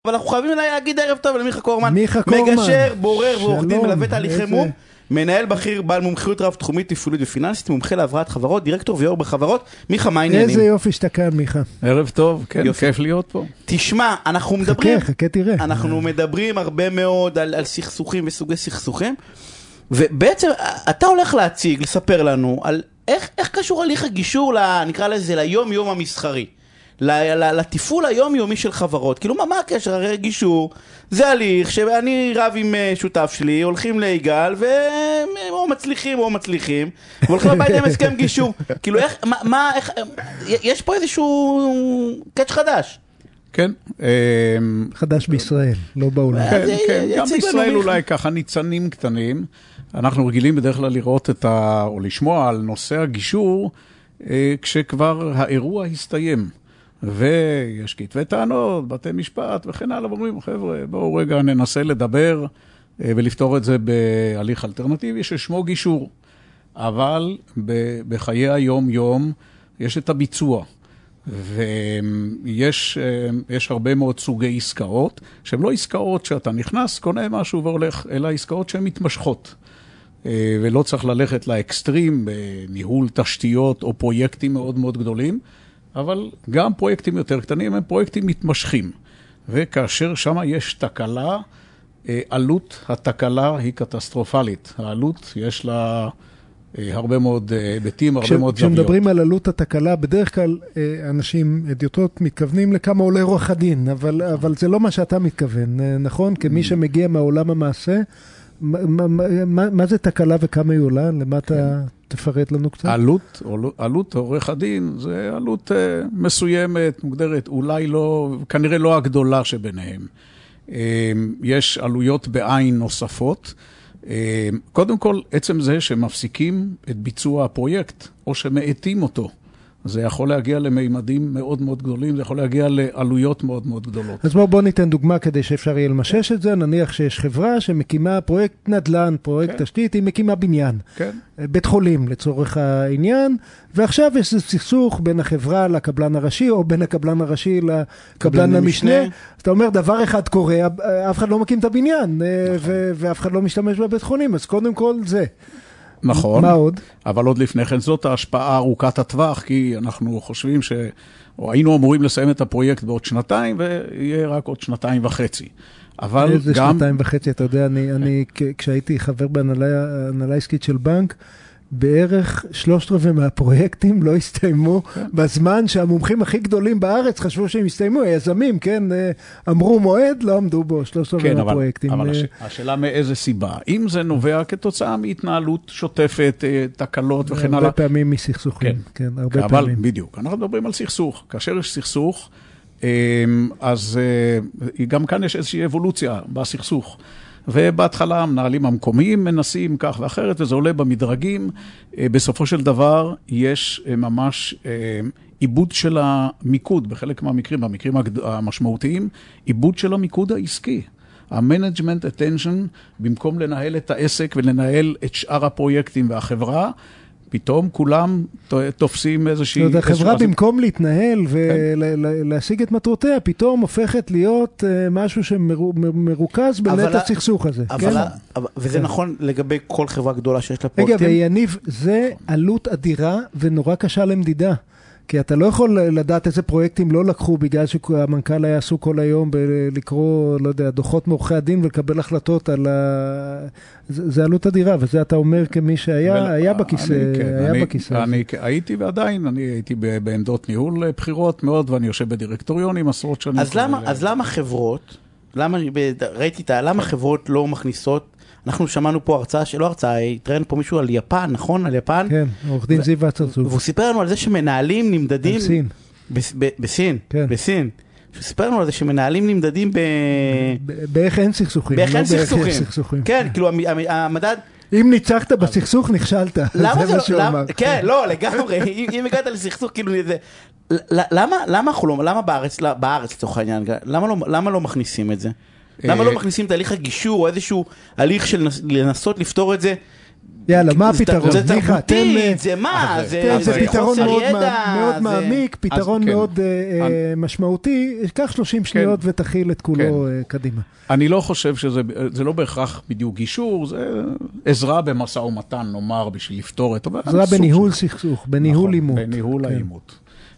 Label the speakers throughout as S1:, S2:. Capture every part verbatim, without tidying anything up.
S1: אבל אנחנו חייבים להגיד ערב טוב למיכה קורמן,
S2: מיכה קורמן,
S1: מגשר, בורר ועורך דין, מלווה תהליכי מום,
S2: איזה...
S1: מנהל בכיר, בעל מומחיות רב תחומית, תפעולית ופיננסית, מומחה להבראת חברות, דירקטור ויו"ר בחברות. מיכה, מה העניינים?
S2: איזה יופי שאתה כאן, מיכה.
S3: ערב טוב, כן, יופי. כיף להיות פה.
S1: תשמע, אנחנו מדברים,
S2: חכה, חכה תראה.
S1: אנחנו מדברים הרבה מאוד על, על סכסוכים וסוגי סכסוכים, ובעצם אתה הולך להציג, לספר לנו על איך, איך קשור הליך הגישור, נקרא לזה, ליום יום המסחרי. לתפעול היומיומי של חברות. כאילו, מה, מה הקשר? הרי גישור זה הליך שאני רב עם שותף שלי, הולכים ליגל, או מצליחים או מצליחים, והולכים הביתה עם הסכם גישור. כאילו, איך, מה, מה, איך, יש פה איזשהו קאץ' חדש.
S3: כן.
S2: חדש בישראל, לא בעולם.
S3: כן, כן. גם בישראל אולי ככה ניצנים קטנים. אנחנו רגילים בדרך כלל לראות את ה... או לשמוע על נושא הגישור, כשכבר האירוע הסתיים. ויש כתבי טענות, בתי משפט וכן הלאה, ואומרים, חבר'ה, בואו רגע ננסה לדבר ולפתור את זה בהליך אלטרנטיבי ששמו גישור. אבל בחיי היום-יום יש את הביצוע, ויש יש הרבה מאוד סוגי עסקאות, שהן לא עסקאות שאתה נכנס, קונה משהו והולך, אלא עסקאות שהן מתמשכות. ולא צריך ללכת לאקסטרים בניהול תשתיות או פרויקטים מאוד מאוד גדולים, אבל גם פרויקטים יותר קטנים הם פרויקטים מתמשכים. וכאשר שם יש תקלה, עלות התקלה היא קטסטרופלית. העלות יש לה הרבה מאוד היבטים, הרבה מאוד זוויות.
S2: כשמדברים על עלות התקלה, בדרך כלל אנשים, אדיוטות, מתכוונים לכמה עולה עורך הדין, אבל, אבל זה לא מה שאתה מתכוון, נכון? כמי שמגיע מהעולם המעשה, מה, מה, מה, מה זה תקלה וכמה היא עולה? למה אתה תפרט לנו קצת?
S3: עלות, עלות עורך הדין, זה עלות מסוימת, מוגדרת, אולי לא, כנראה לא הגדולה שביניהם. יש עלויות בעין נוספות. קודם כל, עצם זה שמפסיקים את ביצוע הפרויקט, או שמעטים אותו. זה יכול להגיע למימדים מאוד מאוד גדולים, זה יכול להגיע לעלויות מאוד מאוד גדולות.
S2: אז בואו בוא ניתן דוגמה כדי שאפשר יהיה למשש את זה. נניח שיש חברה שמקימה פרויקט נדל"ן, פרויקט כן. תשתית, היא מקימה בניין. כן. בית חולים לצורך העניין, ועכשיו יש סכסוך בין החברה לקבלן הראשי, או בין הקבלן הראשי לקבלן המשנה. אתה אומר, דבר אחד קורה, אף אחד לא מקים את הבניין, ו- ואף אחד לא משתמש בבית חולים, אז קודם כל זה.
S3: נכון,
S2: מה עוד?
S3: אבל עוד לפני כן זאת ההשפעה ארוכת הטווח, כי אנחנו חושבים ש... או היינו אמורים לסיים את הפרויקט בעוד שנתיים, ויהיה רק עוד שנתיים וחצי. אבל
S2: איזה
S3: גם...
S2: שנתיים וחצי, אתה יודע, אני, אני כשהייתי חבר בהנהלה עסקית של בנק, בערך שלושת רבעי מהפרויקטים לא הסתיימו בזמן שהמומחים הכי גדולים בארץ חשבו שהם הסתיימו, היזמים, כן, אמרו מועד, לא עמדו בו שלושת רבעי מהפרויקטים.
S3: אבל השאלה מאיזה סיבה, אם זה נובע כתוצאה מהתנהלות שוטפת, תקלות וכן הלאה.
S2: הרבה פעמים מסכסוכים, כן, הרבה פעמים.
S3: בדיוק, אנחנו מדברים על סכסוך, כאשר יש סכסוך, אז גם כאן יש איזושהי אבולוציה בסכסוך. ובהתחלה המנהלים המקומיים מנסים כך ואחרת, וזה עולה במדרגים. בסופו של דבר יש ממש עיבוד של המיקוד, בחלק מהמקרים, במקרים המשמעותיים, עיבוד של המיקוד העסקי. ה-management attention, במקום לנהל את העסק ולנהל את שאר הפרויקטים והחברה, פתאום כולם תופסים איזושהי...
S2: זאת החברה במקום להתנהל ולהשיג את מטרותיה, פתאום הופכת להיות משהו שמרוכז בנט הסכסוך הזה.
S1: וזה נכון לגבי כל חברה גדולה שיש לה פרויקטים?
S2: רגע, ויניב, זה עלות אדירה ונורא קשה למדידה. כי אתה לא יכול לדעת איזה פרויקטים לא לקחו, בגלל שהמנכ"ל היה עסוק כל היום בלקרוא, לא יודע, דוחות מעורכי הדין ולקבל החלטות על ה... זה עלות אדירה, וזה אתה אומר כמי שהיה היה בכיסא. היה בכיסא.
S3: אני הייתי ועדיין, אני הייתי בעמדות ניהול בחירות מאוד, ואני יושב בדירקטוריונים עשרות שנים.
S1: אז למה חברות, ראיתי, למה חברות לא מכניסות, אנחנו שמענו פה הרצאה, שלא הרצאה, התראיין פה מישהו על יפן, נכון? על יפן?
S2: כן, עורך דין זיו וצרצוף.
S1: והוא סיפר לנו על זה שמנהלים נמדדים...
S2: בסין.
S1: בסין, בסין. הוא סיפר לנו על זה שמנהלים נמדדים ב...
S2: באיך אין סכסוכים.
S1: באיך אין סכסוכים. כן, כאילו המדד...
S2: אם ניצחת בסכסוך, נכשלת.
S1: למה זה לא... כן, לא, לגמרי. אם הגעת לסכסוך, כאילו... למה, למה אנחנו לא... למה בארץ, בארץ, לצורך העניין, למה לא מכניסים את זה? למה לא מכניסים תהליך הגישור או איזשהו הליך של לנסות לפתור את זה
S2: יאללה, מה הפתרון?
S1: זה תרבותית, זה מה?
S2: זה פתרון מאוד מעמיק, פתרון מאוד משמעותי. קח שלושים שניות ותכיל את כולו קדימה.
S3: אני לא חושב שזה, זה לא בהכרח בדיוק גישור, זה עזרה במשא ומתן, נאמר, בשביל לפתור את...
S2: עזרה בניהול סכסוך, בניהול עימות.
S3: בניהול העימות.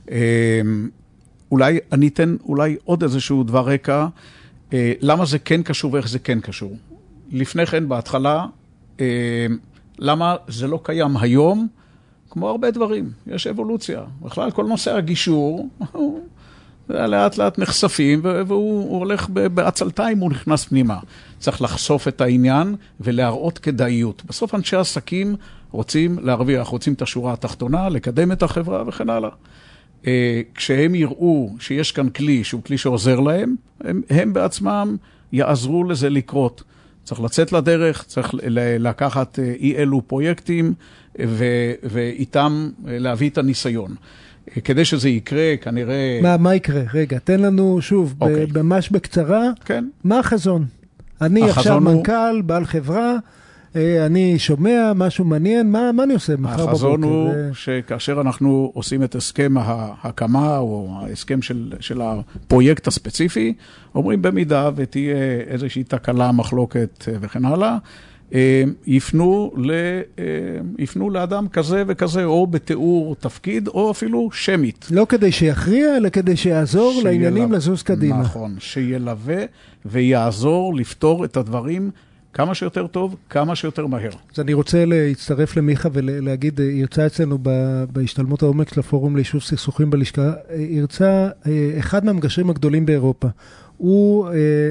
S3: אולי אני אתן אולי עוד איזשהו דבר רקע, למה זה כן קשור ואיך זה כן קשור. לפני כן, בהתחלה, למה זה לא קיים היום? כמו הרבה דברים, יש אבולוציה. בכלל, כל נושא הגישור, לאט לאט נחשפים, והוא הולך בעצלתיים, הוא נכנס פנימה. צריך לחשוף את העניין ולהראות כדאיות. בסוף אנשי עסקים רוצים להרוויח, רוצים את השורה התחתונה, לקדם את החברה וכן הלאה. כשהם יראו שיש כאן כלי, שהוא כלי שעוזר להם, הם, הם בעצמם יעזרו לזה לקרות. צריך לצאת לדרך, צריך לקחת אי אלו פרויקטים, ו- ואיתם להביא את הניסיון. כדי שזה יקרה, כנראה...
S2: מה, מה יקרה? רגע, תן לנו שוב, okay. ממש בקצרה,
S3: כן.
S2: מה החזון? אני עכשיו הוא... מנכ"ל, בעל חברה, אני שומע משהו מעניין, מה, מה אני עושה מחר בבוקר?
S3: החזון הוא ו... שכאשר אנחנו עושים את הסכם ההקמה, או ההסכם של, של הפרויקט הספציפי, אומרים במידה ותהיה איזושהי תקלה, מחלוקת וכן הלאה, יפנו, ל, יפנו לאדם כזה וכזה, או בתיאור תפקיד, או אפילו שמית.
S2: לא כדי שיכריע, אלא כדי שיעזור שילווה, לעניינים לזוז קדימה.
S3: נכון, שילווה ויעזור לפתור את הדברים כמה שיותר טוב, כמה שיותר מהר.
S2: אז אני רוצה להצטרף למיכה ולהגיד, ירצה אצלנו בהשתלמות העומק של הפורום ליישוב סכסוכים בלשכה, ירצה אחד מהמגשרים הגדולים באירופה. הוא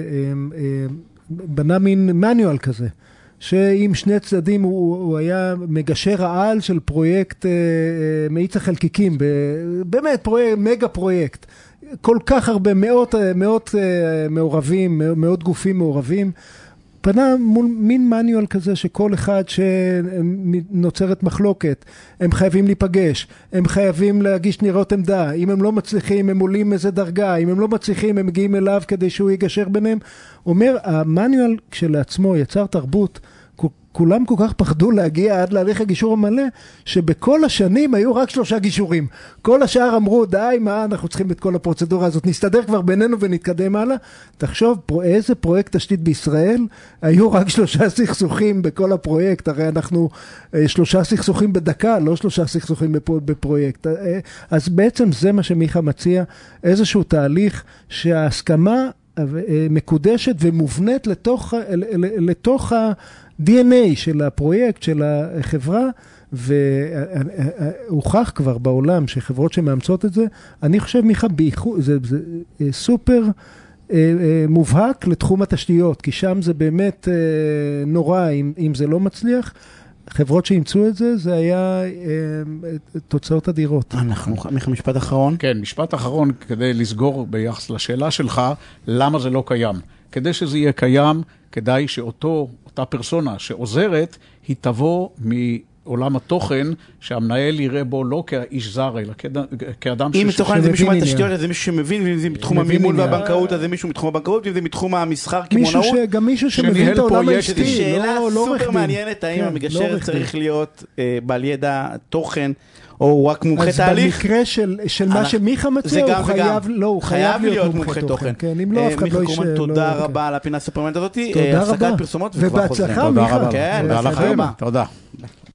S2: בנה מין מניואל כזה. שעם שני צדדים הוא, הוא היה מגשר העל של פרויקט אה, אה, מאיץ החלקיקים, ב, באמת פרויקט, מגה פרויקט, כל כך הרבה מאות, מאות אה, מעורבים, מאות גופים מעורבים, פנה מול מין מניואל כזה שכל אחד שנוצרת מחלוקת, הם חייבים להיפגש, הם חייבים להגיש נירות עמדה, אם הם לא מצליחים הם עולים איזה דרגה, אם הם לא מצליחים הם מגיעים אליו כדי שהוא ייגשר ביניהם. אומר, המניואל כשלעצמו יצר תרבות, כולם כל כך פחדו להגיע עד להליך הגישור המלא, שבכל השנים היו רק שלושה גישורים. כל השאר אמרו, די, מה, אנחנו צריכים את כל הפרוצדורה הזאת, נסתדר כבר בינינו ונתקדם הלאה. תחשוב, איזה פרויקט תשתית בישראל, היו רק שלושה סכסוכים בכל הפרויקט, הרי אנחנו שלושה סכסוכים בדקה, לא שלושה סכסוכים בפרויקט. אז בעצם זה מה שמיכה מציע, איזשהו תהליך שההסכמה מקודשת ומובנית לתוך, לתוך ה... די אן איי של הפרויקט, של החברה, והוכח כבר בעולם שחברות שמאמצות את זה, אני חושב מיכה בייחוד, זה, זה סופר מובהק לתחום התשתיות, כי שם זה באמת נורא אם, אם זה לא מצליח. חברות שימצאו את זה, זה היה תוצאות אדירות.
S1: אנחנו, מיכה, משפט אחרון?
S3: כן, משפט אחרון כדי לסגור ביחס לשאלה שלך, למה זה לא קיים. כדי שזה יהיה קיים, כדאי שאותו, אותה פרסונה שעוזרת, היא תבוא מעולם התוכן, שהמנהל יראה בו לא כאיש זר, אלא כאדם
S1: אם מתוכן זה מישהו מהתשתיות, אז זה מישהו שמבין, ואם זה מתחום המימון והבנקאות, אז זה מישהו מתחום הבנקאות, ואם זה מתחום המסחר, כמונאות.
S2: גם מישהו שמבין את העולם העסקי.
S1: שאלה סופר מעניינת, האם המגשר צריך להיות בעל ידע תוכן, או רק מומחה תהליך.
S2: אז במקרה של מה שמיכה מציע, הוא חייב, לא, הוא חייב להיות מומחה תוכן. כן, אם לא, אף אחד לא
S1: מיכה, תודה רבה על הפינה הסופרמנט הזאת.
S2: תודה רבה.
S1: הפסקת פרסומות.
S2: ובהצלחה, מיכה.
S3: תודה לכם. תודה.